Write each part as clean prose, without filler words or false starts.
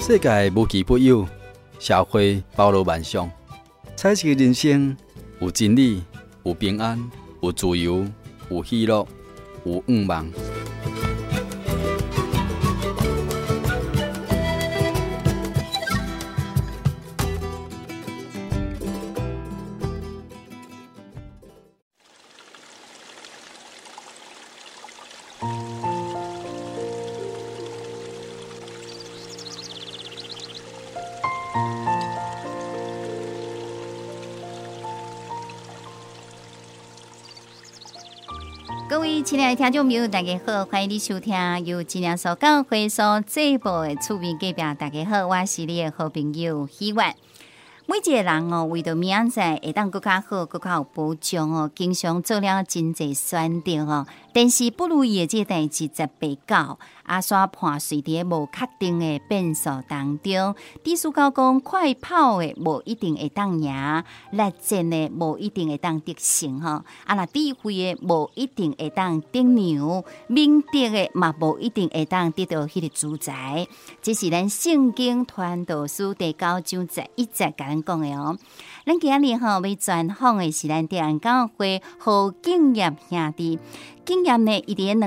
世界无奇不有，社会包罗万象，彩色的人生有真理，有平安，有自由，有喜乐，有愿望。 各位亲爱的听众朋友，大家好，欢迎你收听由真耶稣教会所制播的厝边隔壁。大家好，我是你的好朋友希望。每一个人哦，为着明仔会当更加好、更加有保障哦，经常做了真侪选择哦，但是不如意的这代志十倍九。阿刷判随伫无确定的变数当中，知识高讲快跑的无一定会当赢，力战的无一定会当得胜吼。若智慧的无一定会当得牛，明德的嘛无一定会当得到迄个主宰。这是咱圣经传道书第9章11节甲咱讲的哦。咱今日要专访的是咱地安教会何敬业兄弟。敬业呢，伊伫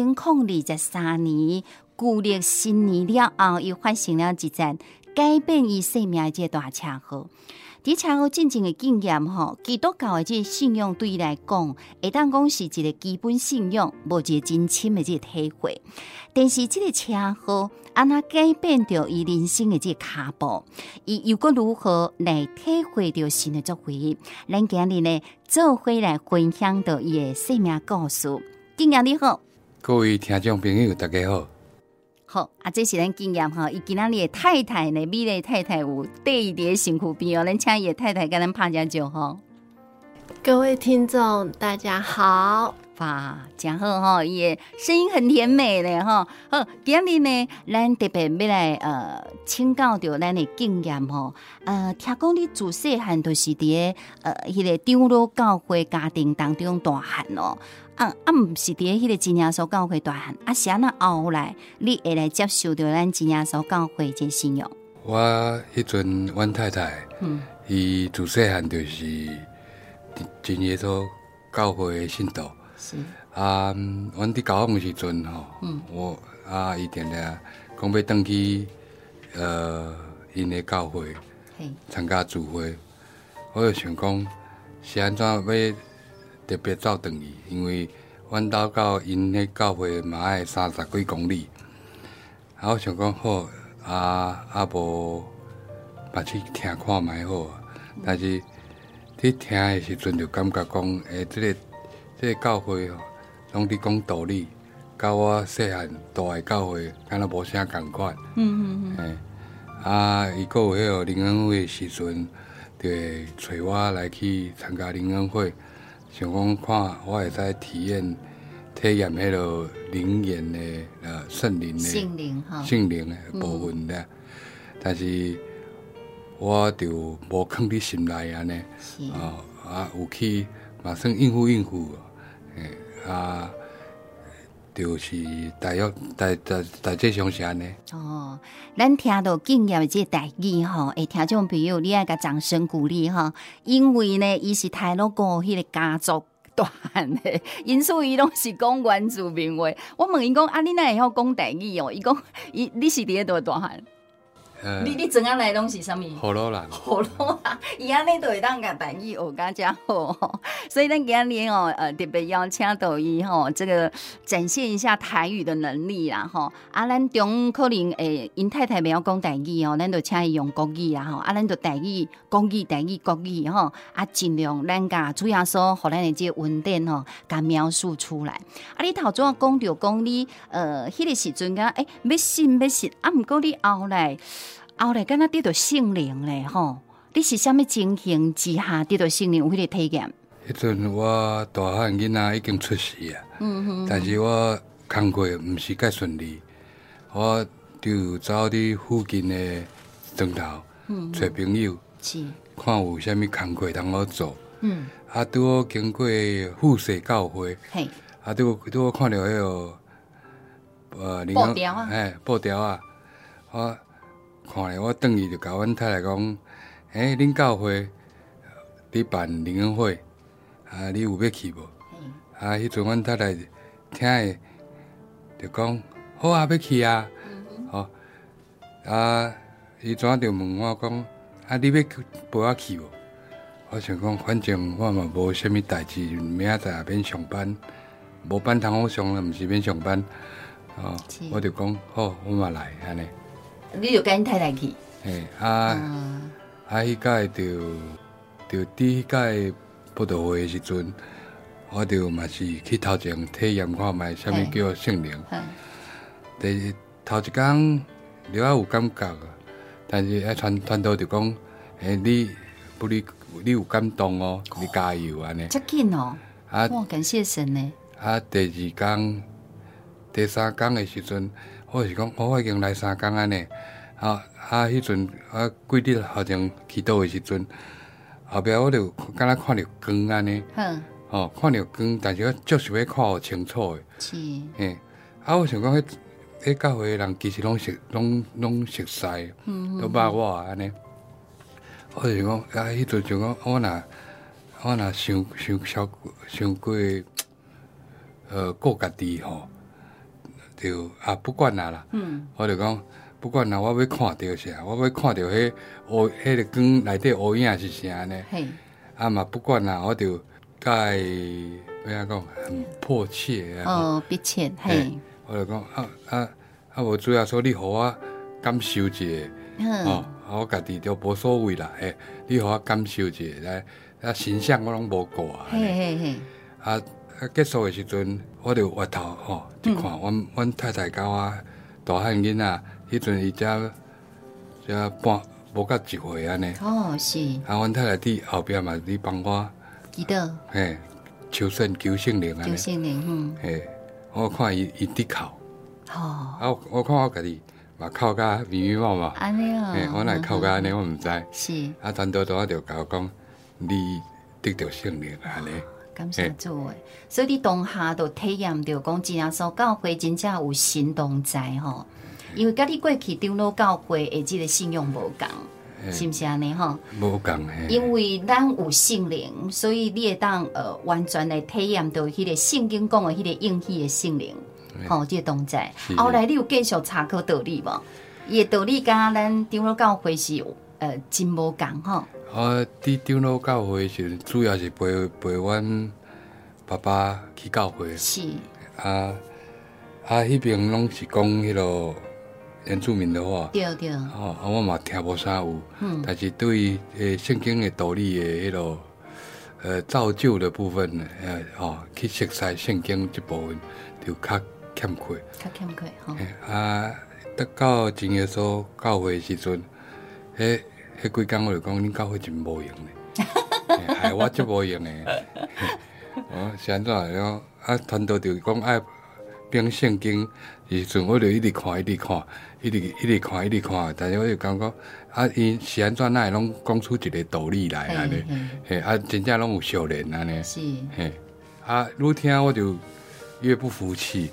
2023年旧历新年了后，又发生了一件改变伊生命的这大车祸。伫车祸进前的经验基督教的这信仰对伊来讲，会当讲是一个基本信仰，无一个真深的这体会。但是这个车祸安那改变着伊人生的这脚步，伊又搁如何来体会着神的作为？咱今日呢，做伙来分享到伊的生命故事。敬业你好， 各位听众朋友，大家好。 好这是咱敬业伊今仔日的太太呢，美丽太太有缀伊伫身躯边哦，咱请伊的太太跟咱拍下招呼。 各位听众，大家好。 哇，真好伊的声音很甜美嘞好，今日呢，咱特别要来请教到咱的经验听讲你自细汉就是伫迄个长老教会家庭当中大汉哦。毋是伫迄个真耶稣教会大汉，是安那后来你会来接受到咱真耶稣教会这信仰？ 我迄阵，阮太太，伊自细汉就是真耶稣教会的信徒。是阮伫高雄时阵我伊定定讲要转去因的教会参加聚会，我就想讲是安怎要特别走转去，因为阮兜到因迄教会嘛爱30几公里，我想讲好无嘛去听看卖好但是伫听的时阵就感觉讲这个教会拢伫讲道理，甲我细汉大的教会敢若无啥共款。伊个有迄个灵恩会的时阵，就会找我来去参加灵恩会，想讲看我会使体验迄个灵言的圣灵的圣灵的部分的，但是我就无放伫心内安尼，有去嘛算应付。就是大约大致上是安尼。 咱听到敬业的这台语会听众朋友，你爱甲掌声鼓励因为呢，伊是太鲁阁迄个家族大汉的，因所以拢是讲原住民话。我问伊讲你哪会晓讲台语伊讲你是伫咧大汉？你怎样来拢是啥物？ 河洛人， 伊安尼都会当甲台语学甲遮好，所以咱今日特别邀请到伊这个展现一下台语的能力啦咱中可能因太太袂晓讲台语咱就请伊用国语啦咱就台语国语尽量咱甲主要说互咱的这文典甲描述出来。你头先讲着讲你迄个时阵甲要信，毋过你后来敢若得到圣灵咧你是啥物情形之下得到圣灵有迄个体验？ 迄阵我大汉囡仔已经出世但是我工作毋是介顺利，我就走伫附近的庄头找朋友，看有啥物工作通好做。拄好经过富社教会，拄好看到迄个布条布条我看咧，我转去就甲阮太太讲，恁教会伫办灵恩会，你有要去无？迄阵阮太太听诶，就讲好啊，要去啊，伊怎就问我讲，你要陪我去无？我想讲，反正我嘛无啥物代志，明仔载也免上班，无班通好上，毋是免上班，我就讲好，我嘛来安尼。 你就跟太太去？ 迄届就伫迄届布道会的时阵，我就嘛是去头前体验看卖，啥物叫圣灵。头一工了有感觉，但是传道就讲，你有感动哦，你加油安尼。 这紧哦！哇，感谢神呢。 第二工、第三工的时阵，我是讲，我已经来3工安尼。迄阵几日后前祈祷的时阵，后壁我就敢若看到光安尼。看到光，但是我足想要看互清楚的。 是。 我想讲，迄教会的人其实拢熟悉，都捌我安尼。我就讲，迄阵就讲，我若想过，顾家己吼，就不管啦。我就讲，不管啦，我要看到啥，我要看到迄个光内底乌影是啥呢？嘛不管啦，我就甲伊要安讲，很迫切啊。 迫切， 我就讲无主要说你互我感受一下。我家己就无所谓啦，你互我感受一下，来，形象我拢无过啊。结束的时阵，我就回头一看，阮太太甲我大汉囡仔，迄阵伊才半无到1岁安尼。 是。 阮太太伫后壁嘛，伫帮我祈祷。 求圣灵安尼。求圣灵， 我看伊伫哭。我看我家己。嘛哭甲迷迷惘惘， 安尼我若哭甲安尼，我毋知。 是。 传道就甲我讲，你得到圣灵安尼。 感谢主诶！所以你当下就体验到讲，真耶稣教会真正有神同在吼。因为甲你过去长老教会的即个信仰无共，是毋是安尼吼？ 无共嘿。 因为咱有圣灵，所以你会当完全来体验到迄个圣经讲的迄个应许的圣灵。这个同在。后来你有继续查考道理无？伊的道理甲咱长老教会是真无共吼。 伫长老教会时，主要是陪阮爸爸去教会。 是。 迄边拢是讲迄落原住民的话。 对。 我嘛听无啥有。但是对圣经的道理的迄落造就的部分呢，去熟悉圣经这部分就较欠缺吼。得到真耶稣教会的时阵，迄几工我就讲，恁教会真无用咧，害我足无用咧。是安怎样？传道就讲爱编圣经时阵，我就一直看，但是我就感觉因是安怎哪会拢讲出一个道理来安尼？真正拢有熟练安尼。 是。 愈听我就越不服气，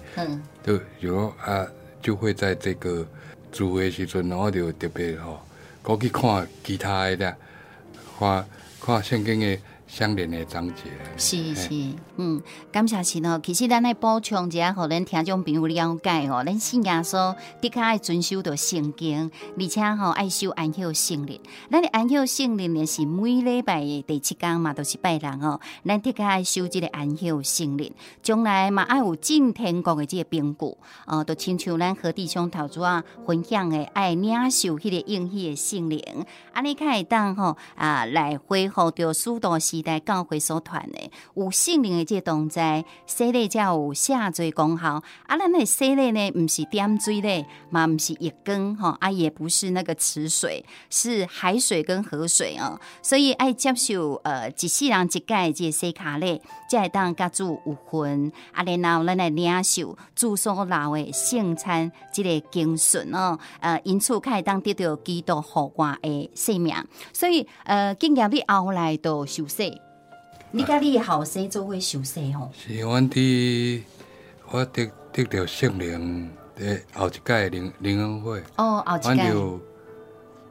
就会在这个主的时阵，我就特别过去看其他的看圣经的相连的章节。 是，感谢神哦。其实咱来补充一下，互咱听众朋友了解哦。咱信耶稣的确爱遵守着圣经，而且爱守安息圣日。咱的安息圣日呢是每礼拜的第7天嘛，都是拜六哦。咱的确爱守这个安息圣日，将来嘛爱有进天国的这个凭据哦。就亲像咱何弟兄头拄仔分享的，爱领受迄个应许的圣灵，安尼才会当来恢复着使徒时代教会所传的有圣灵的这同在，洗礼才有下罪功效。咱的洗礼呢，不是点水嘞，嘛不是浴缸也不是那个池水，是海水跟河水哦。所以爱接受一世人一届这洗脚礼，才会当甲主有份。然后咱来领受主所留的圣餐，这个经训哦。因此才会当得到基督复活的生命。所以经验你后来就受洗。你甲你后生做伙受洗吼？ 是我得到圣灵的后一届灵恩会。 后一届。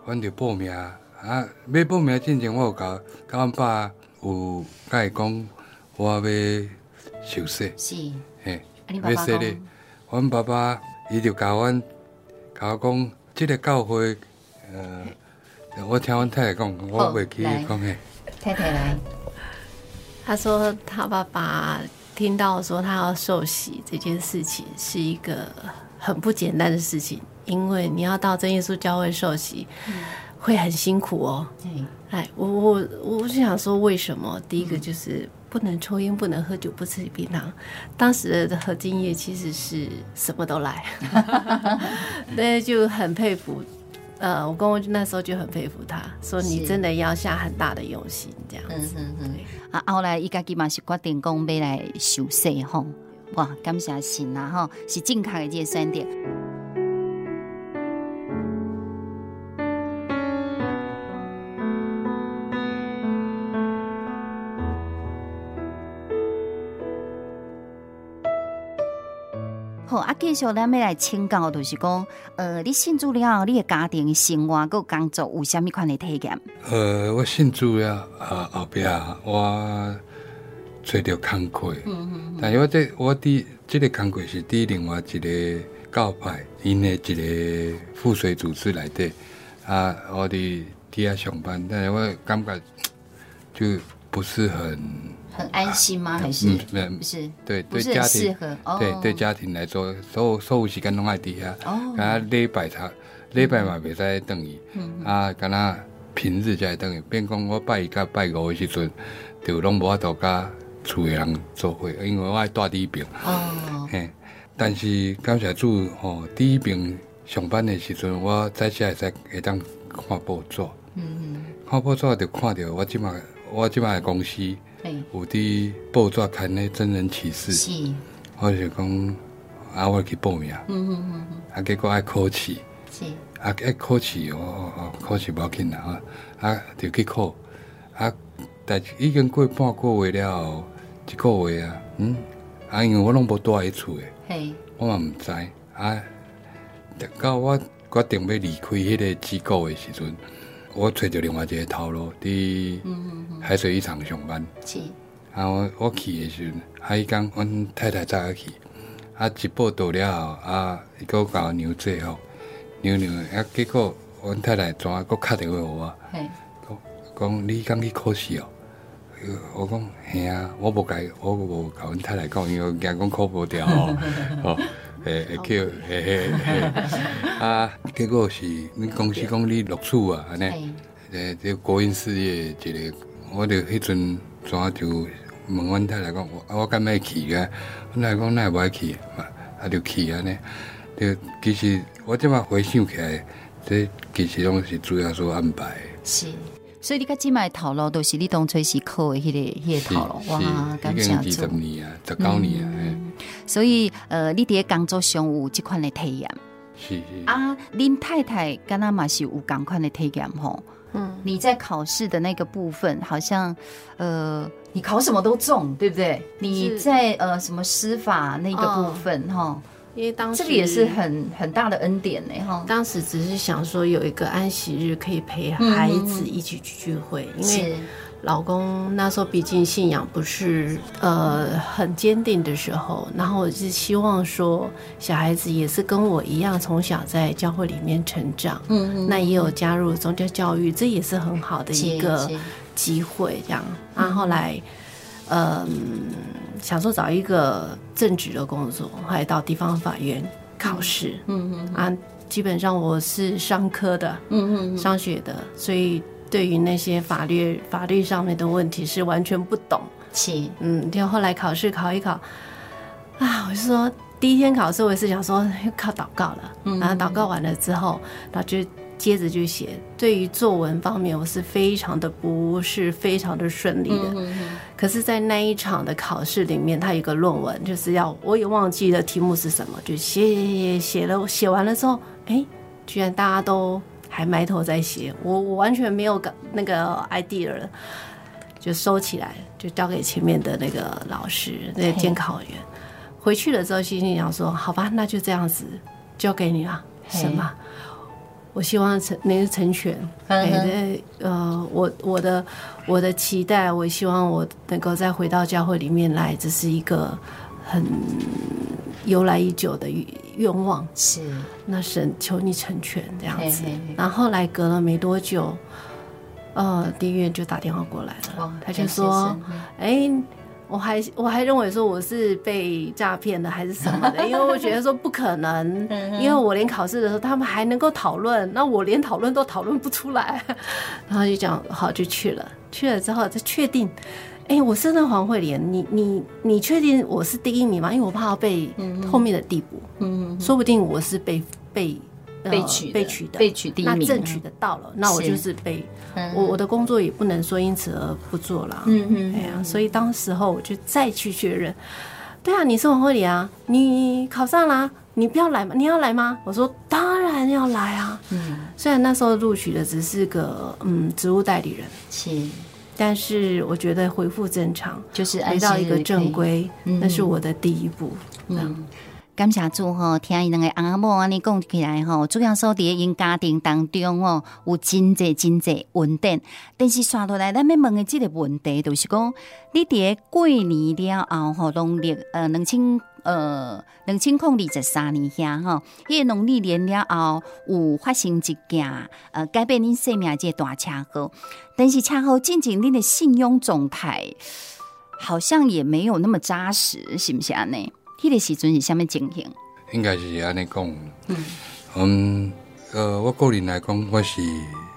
阮就报名啊。要报名之前，我有甲阮爸有甲伊讲，我要受洗。 是， 嘿， 要洗礼。阮爸爸伊就甲我讲，这个教会，我听阮太太讲，我袂去讲嘿。 太太来， 他说他爸爸听到说他要受洗这件事情是一个很不简单的事情，因为你要到真耶稣教会受洗，会很辛苦哦。哎，我就想说为什么？第一个就是不能抽烟，不能喝酒，不吃槟榔。当时的何敬业其实是什么都来，对，就很佩服。我公公那时候就很佩服他，说你真的要下很大的用心这样子。 后来伊家己嘛是决定讲要来受洗吼，哇，感谢神啊吼，是正确的这个选择。好，继续咱要来请教，就是讲，你信主了后，你的家庭生活、佮工作有啥物款的体验？ 我信主了后壁，我找到工课，但是我这个工课是伫另外一个教派，因的一个附随组织内底，我伫遐上班，但是我感觉就不是很安心吗？还是不是？ 对家庭，对家庭来说，所有时间拢爱伫遐。敢若礼拜嘛袂使转去，敢若平日才会转去。变讲我拜一到拜五的时阵，就拢无法度甲厝的人做伙，因为我爱住第一边。嘿，但是感谢主第一边上班的时阵，我早起会当看报纸。看报纸就看到我即摆的公司。有伫报纸刊咧真人启事，我就讲我去报名，结果爱考试，爱考试考试无要紧啦，就去考，但已经过半个月了后，一个月因为我拢无住喺厝诶，我嘛唔知到我决定要离开迄个机构的时阵。我找到另外一个头路，伫海水浴场上班。我去的时阵，迄天阮太太早去，一报到了后，伊搁甲我牛做好，牛，结果阮太太怎搁敲电话互我，讲你刚去考试哦？我讲嘿啊，我无甲阮太太讲，因为惊讲考不掉会叫结果是你公司讲你录取啊，安尼，这国营事业一个，我就迄阵就问阮太太讲，我敢要去啊？阮太太讲那无爱去，就去安尼。就其实我即摆回想起来，这其实拢是主要所安排的。 是。所以你甲即摆头路都是你当初是考的迄个头路，哇，感谢主。 已经20年啊，19年啊。 所以你伫工作上有即款的体验。 是。 恁太太敢若嘛是有共款的体验吼。你在考试的那个部分，好像你考什么都中，对不对？你在什么司法那个部分哈。 因为当时这个也是很大的恩典呢哈。 当时只是想说有一个安息日可以陪孩子一起去聚会，因为老公那时候毕竟信仰不是很坚定的时候，然后我是希望说小孩子也是跟我一样从小在教会里面成长，那也有加入宗教教育，这也是很好的一个机会这样。后来想说找一个正职的工作，后来到地方法院考试，基本上我是商科的，商学的，所以对于那些法律上面的问题是完全不懂。就后来考试考一考，我就说第一天考试我也是想说靠祷告了，然后祷告完了之后，然后就接着就写。对于作文方面，我是不是非常的顺利的。可是，在那一场的考试里面，它有个论文，就是我也忘记了题目是什么，就写完了之后，居然大家都还埋头在写，我完全没有那个 idea 了，就收起来，就交给前面的那个老师，那个监考员。回去了之后，心里想说，好吧，那就这样子交给你了，是吗？ 我希望能成全。我的期待，我希望我能够再回到教会里面来，这是一个很由来已久的愿望。 是，那神求你成全这样子。然后后来隔了没多久，地院就打电话过来了，他就说：“我还认为说我是被诈骗的还是什么的，因为我觉得说不可能，因为我连考试的时候他们还能够讨论，那我连讨论都讨论不出来。然后就讲好就去了之后再确定，我是那黄慧莲，你确定我是第一名吗？因为我怕要被后面的递补，说不定我是被取第一名，那正取得到了，那我就是被我的工作也不能说因此而不做了。所以当时候我就再去确认，对啊，你是王慧莲啊，你考上了啊，你不要来吗？你要来吗？我说当然要来啊。虽然那时候录取的只是个职务代理人，是，但是我觉得恢复正常，就是回到一个正规，那是我的第一步。 感谢主吼，听伊两个翁仔某安尼讲起来吼，主要说伫因家庭当中哦，有真济稳定。但是刷落来，咱要问的这个问题，就是讲，你伫过年了后吼，农历2023年遐吼，迄个农历年了后有发生一件改变恁生命这大车祸，但是车祸进前恁的信用状态好像也没有那么扎实，是不是安尼？迄个时阵是啥物情形？ 应该是安尼讲。我个人来讲，我是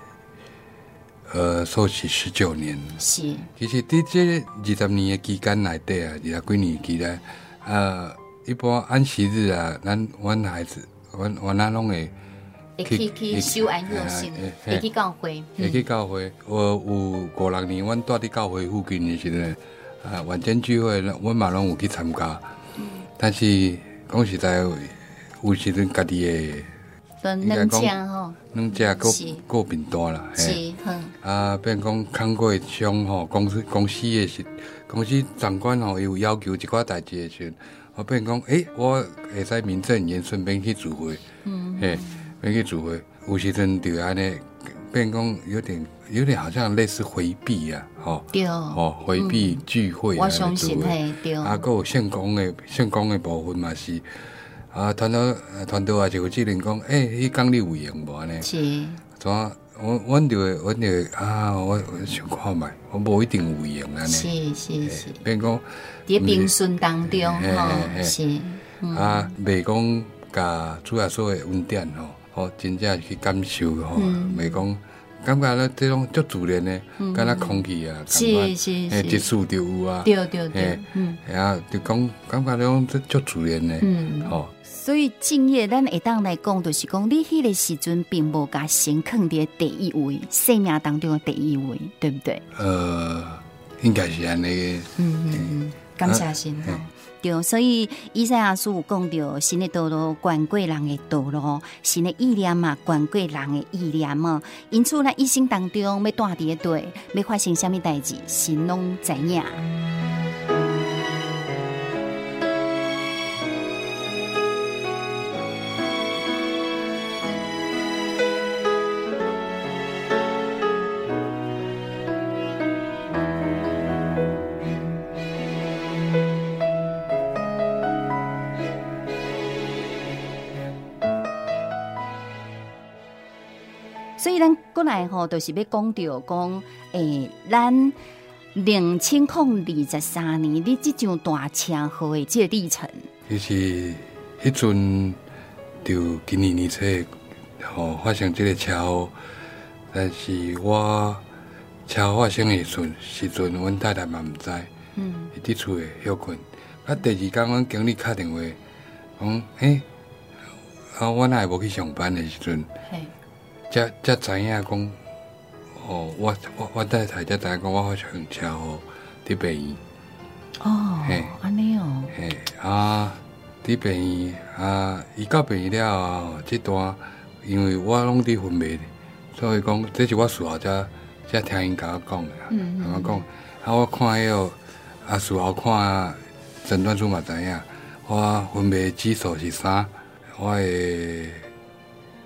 受洗19年。是。其实伫这20年的期间内底啊，20几年期内，一般安息日啊，阮孩子，阮拢会去修安养性，会去教会。 会去教会。我有5-6年，阮住伫教会附近的时阵，晚间聚会，阮嘛拢有去参加。但是讲实在，有时阵家己的， 能吃吼， 能吃够平淡啦。是，变讲工过上吼，公司长官吼有要求一寡代志的时阵，我变讲，我会使名正言顺便去聚会，便去聚会。有时阵就安尼，变讲有点好像类似回避啊， 对， 回避聚会啊， 我相信对。 还有圣公的部分嘛是，团队也是有责任讲，迄天你有闲无安尼？是。阮就会我想看卖，我无一定有闲安尼。是。变讲伫平顺当中是。 袂讲甲主要所的恩典真正去感受袂讲。感觉咧，这种足自然的，敢若空气啊， 是， 接触就有啊， 对， 就讲感觉咧，种足自然的， 所以敬业，咱会当来讲，就是讲你迄个时阵并无甲神放伫第一位，生命当中的第一位，对不对？ 应该是安尼。 感谢神吼。对，所以以赛亚书有讲到神的道路远过人的道路，神的意念嘛远过人的意念嘛，因此咱一生当中要带伫个对，要发生什么代志，神拢知影。所以咱过来吼，就是要讲到讲，咱2023年你这场大车祸的这个历程， 其实迄阵就今年年初发生这个车祸，但是我车祸发生的时阵，阮太太嘛唔知，伊伫厝诶休困。第二天，阮经理打电话讲，我哪会无去上班的时阵。才知影讲，我太太才知影讲，我发生车祸伫病院。 安尼哦。 伫病院伊到病院了后，这段因为我拢伫昏迷，所以讲这是我事后才听因甲我讲的。我讲，我看迄个事后看诊断书嘛知影，我昏迷指数是3，我的。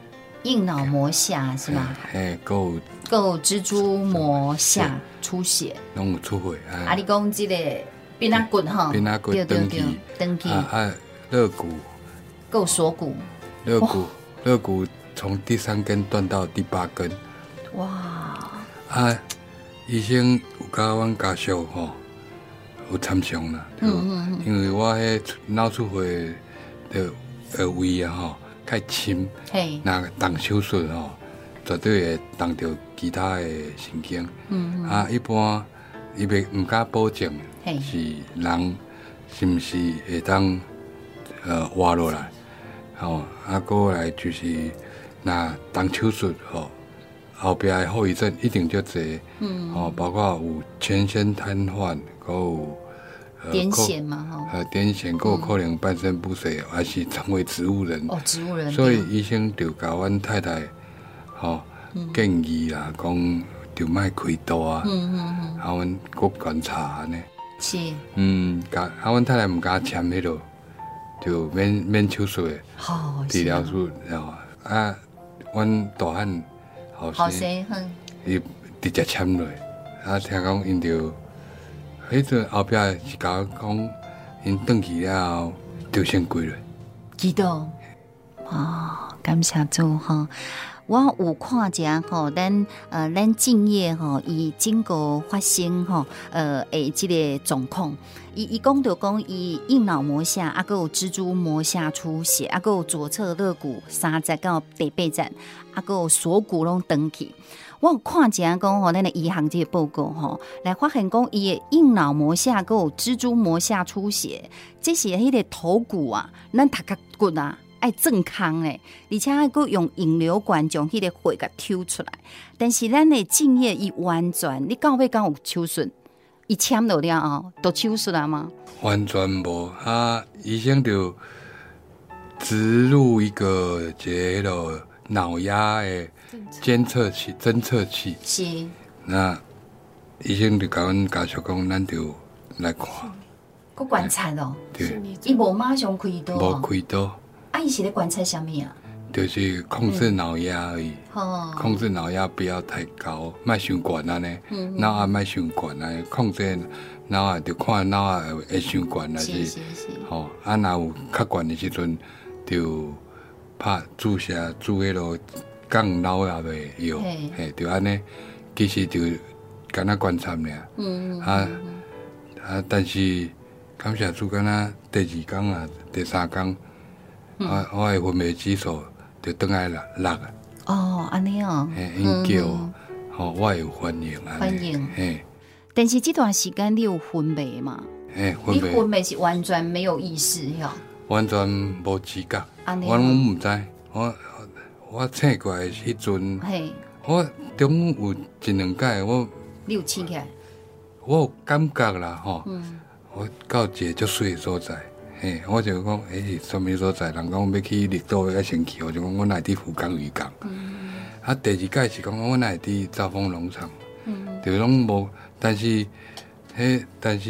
硬脑膜下是吗？ 够蜘蛛膜下出血， 拢有出血啊！你讲这个边仔骨哈， 边仔骨登记肋骨， 够锁骨， 肋骨从第3根断到第8根， 哇！ 医生有甲阮家属吼有参详啦，因为我迄脑出血的位啊吼太深，那动手术吼，绝对会动到其他的神经。一般伊唔敢保证是人是毋是会当活落来，吼过来就是那动手术吼。后壁的后遗症一定就侪，包括有全身瘫痪，还有癫痫嘛， 癫痫，还有可能半身不遂，还是成为植物人。 植物人。 所以医生就甲阮太太，建议啦，讲就莫开刀啊，阮搁观察安尼。 是。 阮太太唔敢签迄落，就免手术的治疗术，阮大汉。 好生， 伊直接签落，听讲因着，迄阵后壁是甲我讲，因转去了后就先跪了。 知道，感谢主哈。我有看者吼，咱敬业吼，伊整个发生吼，即个状况，伊讲到讲伊硬脑膜下，还有蜘蛛膜下出血，还有左侧肋骨30到第8站，还有锁骨拢断去。我有看者讲吼，咱的医学这个报告吼，来发现讲伊的硬脑膜下还有蜘蛛膜下出血，这是迄个头骨啊，咱头壳骨啊。爱正康诶，而且还佫用引流管将迄个血甲抽出来。但是咱的敬业伊完全，你到尾敢有手术？伊签落了后，都手术了吗？ 完全无，医生就植入一个迄个脑压的侦测器。 是。 那医生就甲阮家属讲，咱就来看。 佫观察咯。 对。 伊无马上开刀。 无开刀。 伊是咧观察什么啊？ 就是控制脑压而已，控制脑压不要太高，莫伤悬安尼，脑压莫伤悬安尼，控制脑压就看脑压会伤悬还是，吼，若有较悬的时阵，就拍注射注迄落降脑压的药，就安尼，其实就敢若观察尔，但是感谢主，敢若第2天啊，第3天。我的分泌指数就转来6 啊。安尼哦。 因叫，我有反应啊。 反应。但是这段时间你有昏迷嘛？你昏迷是完全没有意识哟。 完全无知觉，我拢唔知。我醒过来迄阵，我中午有1-2摆， 你有醒起来？ 我有感觉啦，我到一个足水的所在。我就讲，是什么所在？人讲要去绿岛要先去，我就讲我来伫福冈渔港。第2届是讲我来伫兆丰农场，就拢无。但是迄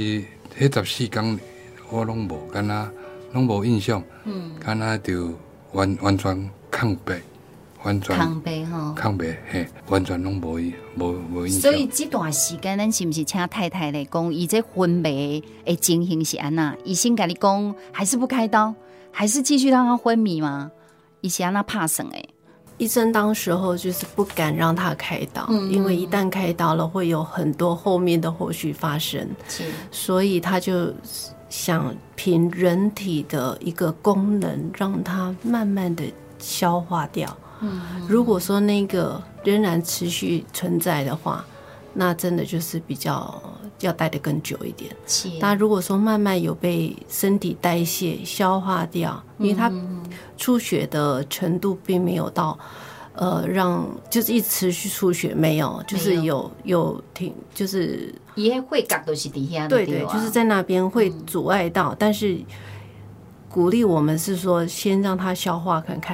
14天我拢无，敢若拢无印象，敢若就完全空白，完全空白吼， 空白，完全拢无印象。 所以这段时间，咱是不是请太太来讲，伊这昏迷的情形是安那？医生跟你讲，还是不开刀，还是继续让他昏迷吗？伊是安那怕什诶？ 医生当时候就是不敢让他开刀，因为一旦开刀了，会有很多后面的后续发生，所以他就想凭人体的一个功能，让它慢慢的消化掉。如果说那个仍然持续存在的话，那真的就是比较要待得更久一点。但如果说慢慢有被身体代谢消化掉，因为它出血的程度并没有到让就是一直持续出血，没有，就是有停，就是伊迄血角都是底下， 对对，就是在那边会阻碍到，但是鼓励我们是说先让它消化看看。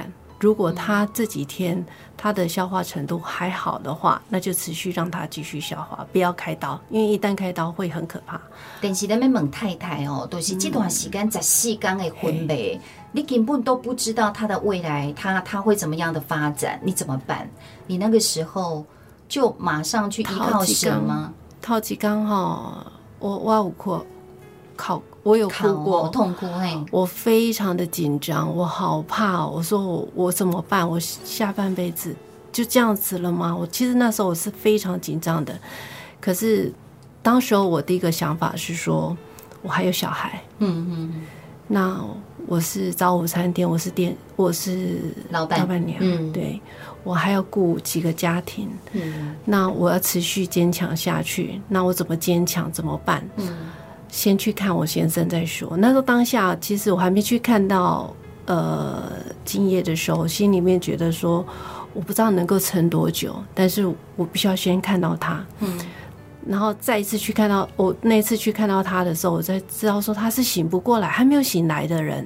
如果他这几天他的消化程度还好的话，那就持续让他继续消化，不要开刀，因为一旦开刀会很可怕。 但是咱们问太太哦，都是这段时间14天的婚礼，你根本都不知道他的未来，他会怎么样的发展，你怎么办？你那个时候就马上去依靠神吗？ 头几天哈，我有哭，我有哭过， 痛哭嘿， 我非常的紧张，我好怕，我说我怎么办？我下半辈子就这样子了吗？我其实那时候我是非常紧张的，可是当时候我第一个想法是说，我还有小孩，那我是早午餐店，我是老板娘，对，我还要顾几个家庭，那我要持续坚强下去，那我怎么坚强？怎么办？先去看我先生再说。那时候当下，其实我还没去看到今夜的时候，心里面觉得说，我不知道能够撑多久，但是我必须要先看到他。然后再一次去看到我那次去看到他的时候，我才知道说他是醒不过来，还没有醒来的人。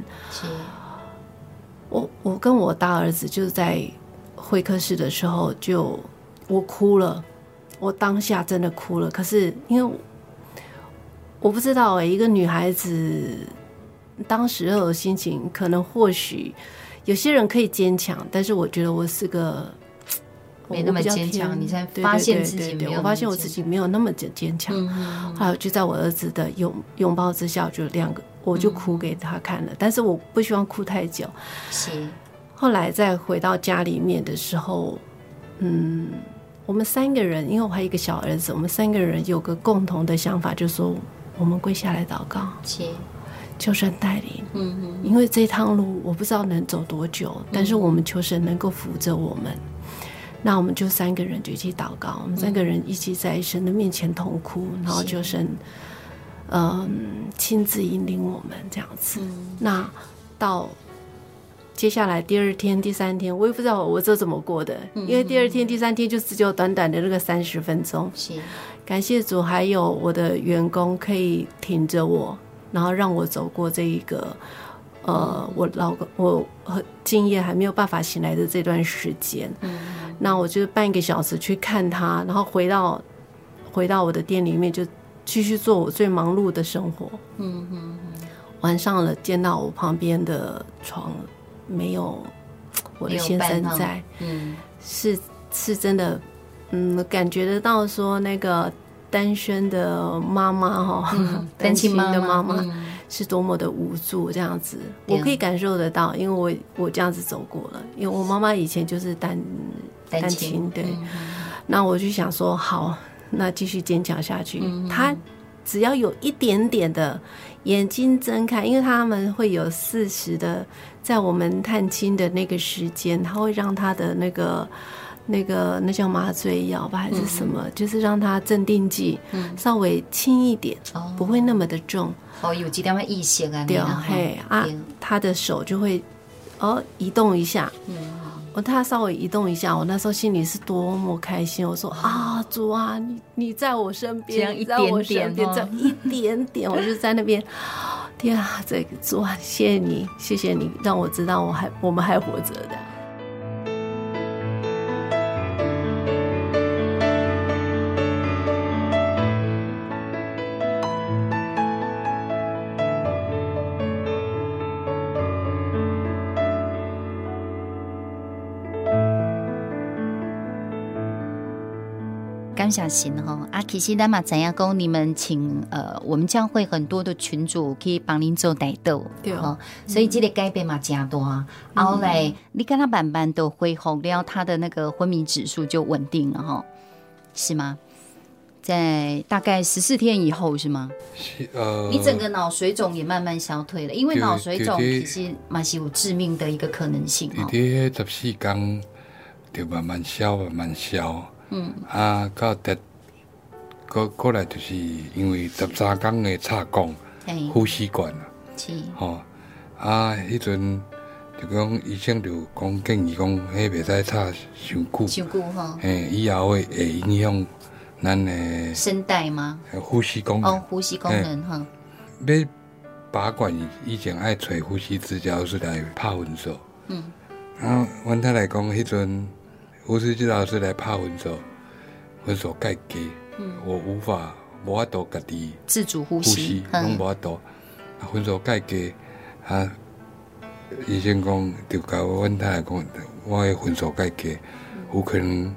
我跟我大儿子就是在会客室的时候，我哭了，我当下真的哭了。可是因为我不知道一个女孩子当时候的心情，可能或许有些人可以坚强，但是我觉得我是个没那么坚强，你才发现自己没有那么坚强。 我发现我自己没有那么坚强。还有就在我儿子的拥抱之下，我就哭给他看了，但是我不希望哭太久。 是。 后来再回到家里面的时候，我们3个人，因为我还有一个小儿子，我们3个人有个共同的想法，就是说我们跪下来祷告，求神带领。因为这趟路我不知道能走多久，但是我们求神能够扶着我们。那我们就3个人就一起祷告，我们3个人一起在神的面前痛哭，然后求神亲自引领我们这样子。那到接下来第2天第3天，我也不知道我这怎么过的，因为第2天第3天就只有短短的那个30分钟。感谢主，还有我的员工可以挺着我，然后让我走过这一个我敬业还没有办法醒来的这段时间。那我就半个小时去看他，然后回到我的店里面，就继续做我最忙碌的生活。晚上了，见到我旁边的床没有我的先生在，是真的，感觉得到说那个单身的妈妈单亲的妈妈是多么的无助，这样子我可以感受得到，因为我这样子走过了，因为我妈妈以前就是单亲，对。那我就想说，好，那继续坚强下去。她只要有一点点的眼睛睁开，因为他们会有40的，在我们探亲的那个时间，他会让他的那叫麻醉药吧还是什么，就是让他镇定剂稍微轻一点，不会那么的重。 有几点意识啊？ 对，他的手就会移动一下。他稍微移动一下，我那时候心里是多么开心。我说主啊，你在我身边， 这样一点点， 这样一点点，我就在那边。天啊，这个主啊，谢谢你，谢谢你，让我知道我们还活着的。 感谢神其实咱嘛知影讲，你们请我们教会很多的群主可以帮您做代祷，对所以这个改变嘛真大。后来你跟他慢慢都恢复了，他的那个昏迷指数就稳定了是吗？在大概14天以后是吗？你整个脑水肿也慢慢消退了，因为脑水肿其实嘛是有致命的一个可能性。 在14天就慢慢消，到过来就是因为13天的插管，呼吸管迄阵就讲医生就建议讲，迄袂使插伤久，以后会影响咱的声带吗？ 呼吸功能， 呼吸功能要拔管以前爱找呼吸治疗师来拍分手， 啊，阮太太讲，迄阵吴世基老师来拍分手介低，我无法度家己自主呼吸， 拢无法度。啊，分手介低，啊，医生讲就甲阮太太讲，我的分手介低，有可能，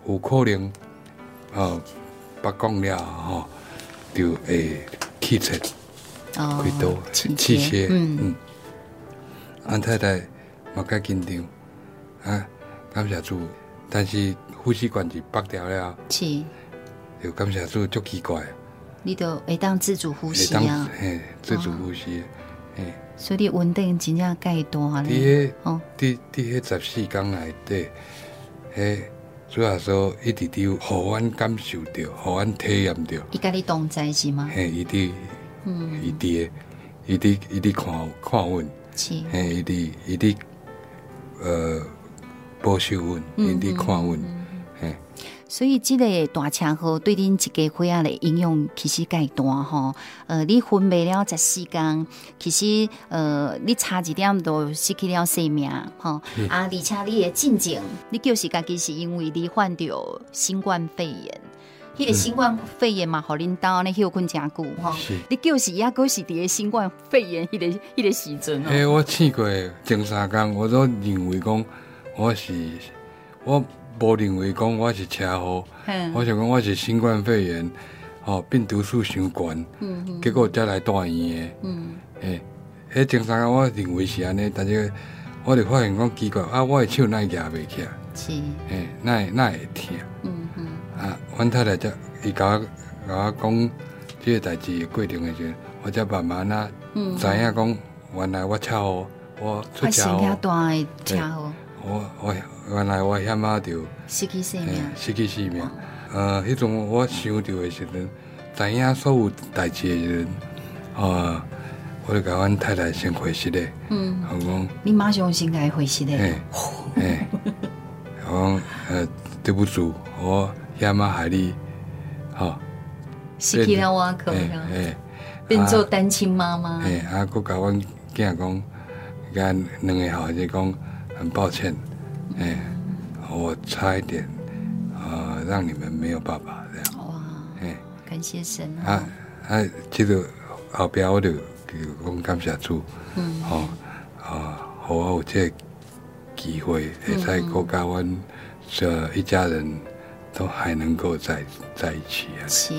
北讲了吼，就会气切，开刀气切，阮太太嘛较紧张，啊，感谢主，但是呼吸管是拔掉了， 是， 就感谢主足奇怪， 你就会当自主呼吸啊， 自主呼吸， 所以你稳定真正介大咧。伫迄14天内底，主要说一直伫互阮感受到，互阮体验到。 伊甲你同在是吗？ 伊伫看阮， 是， 伊伫保守阮，伊伫看阮， 所以这个大车祸对恁一家伙仔的影响其实介大吼。你昏迷了14天，其实你差一点就失去了生命吼。而且你的进程，你就是家己是因为你患着新冠肺炎。迄个新冠肺炎嘛，互恁兜安尼休困真久吼。你就是也阁是伫个新冠肺炎迄个时阵哦。 我试过前3天，我都认为讲我无认为讲我是车祸，我想讲我是新冠肺炎，病毒数伤悬，结果才来住院的。迄前3天我认为是安尼，但是我就发现讲奇怪，我的手哪会举袂起来？ 是， 哪会疼？阮太太伊甲我讲这个代志的过程的时候，我才慢慢知影讲，原来我车祸，我出车祸， 大的车祸， 我原来我险就失去生命， 迄阵我想到的时阵，知影所有代志的时阵，我就甲阮太太先回息咧，我讲你马上先甲伊回息咧， 我讲对不住，我险害你， 失去了我可能变做单亲妈妈， 佮甲阮囝讲，甲2个孩子讲很抱歉，我差一点让你们没有爸爸这样。 哇，感谢神这个后边我就讲感谢主，互我有这个机会，会使佮甲阮这一家人都还能够在一起啊。 是。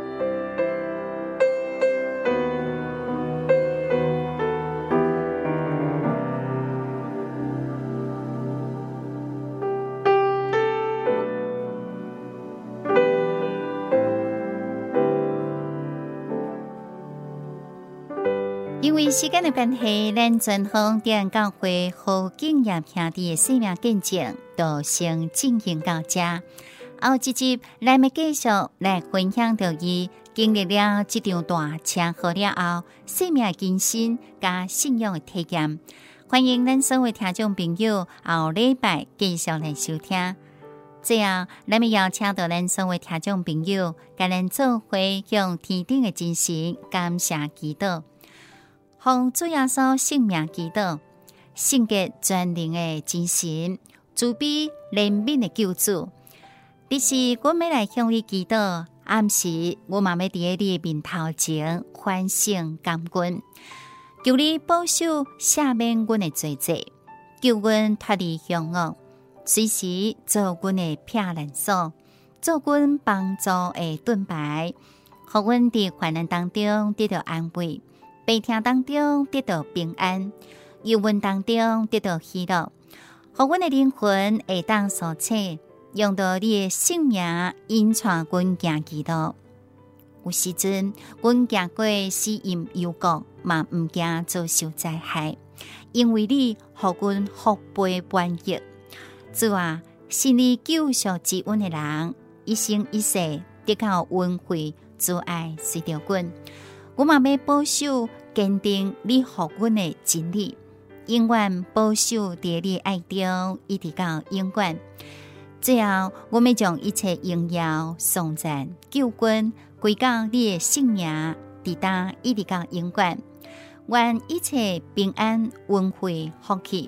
因为时间的关系，咱全方电教会和敬业兄弟的生命见证就先进行到这。后一集咱要继续来分享到伊经历了这场大车祸了后，生命的更新加信仰的体验。欢迎咱所有听众朋友后礼拜继续来收听。最后，咱们邀请到咱所有听众朋友，甲咱做伙向天顶的真神感谢祈祷。奉主耶稣圣名祈祷，圣洁全能的真神，慈悲怜悯的救主。你是我要来向你祈祷，暗时我嘛要伫你的面头前反省感恩，求你保守赦免阮的罪责，救阮脱离凶恶，随时做阮的避难所，做阮帮助的盾牌，互阮伫患难当中得到安慰。悲痛当中得到平安，忧闷当中得到喜乐，互阮的灵魂会当所切，用到你的性命引带阮行基路。有时阵，阮行过死荫幽谷，嘛毋惊遭受灾害，因为你互阮福杯满溢。主啊，信你救赎之恩的人，一生一世得到恩惠，主爱随着阮。我嘛要保守坚定你互阮的真理，永远保守伫你爱中，一直到永远。最后，我们将一切荣耀、颂赞、救恩归到你的圣名，直到一直到永远。愿一切平安、恩惠、福气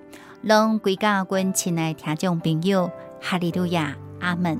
拢归家阮亲爱听众朋友，哈利路亚，阿们。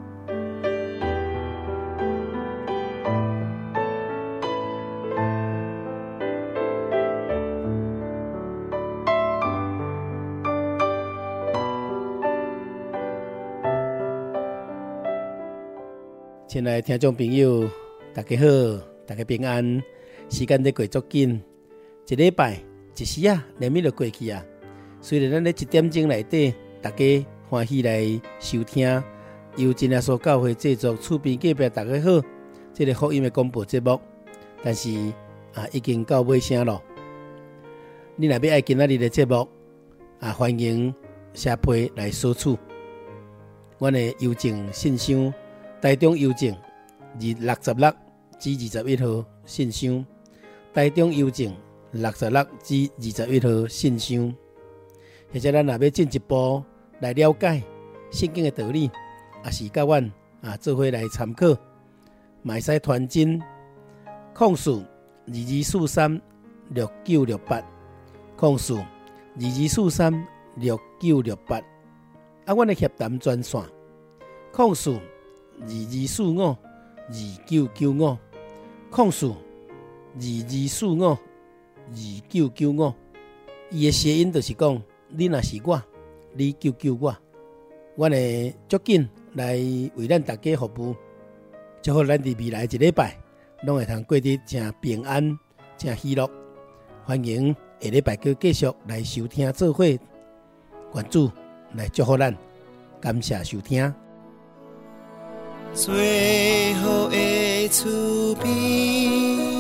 亲爱的听众朋友，大家好，大家平安。时间在过足紧，一礼拜一时啊，连绵就过去啊。虽然咱在1点钟内底，大家欢喜来收听由真耶稣教会制作厝边隔壁大家好，这个福音的广播节目，但是已经到尾声了。你若要爱今仔日的节目欢迎写批来索取。阮的邮政信箱。台中邮政66至21号信箱，台中邮政66至21号信箱。或者咱若要进一步来了解圣经的道理，也是甲阮做伙来参考，嘛会使传真控诉22436968，控诉22436968。阮的协谈专线控诉22452995，控诉22452995。伊的谐音就是讲，你若是我，你救救我。阮会足紧来为咱大家服务，祝福咱伫未来一礼拜，拢会通过得真平安、真喜乐。欢迎下礼拜继续来收听做伙，愿主来祝福咱，感谢收听。 最后的厝边。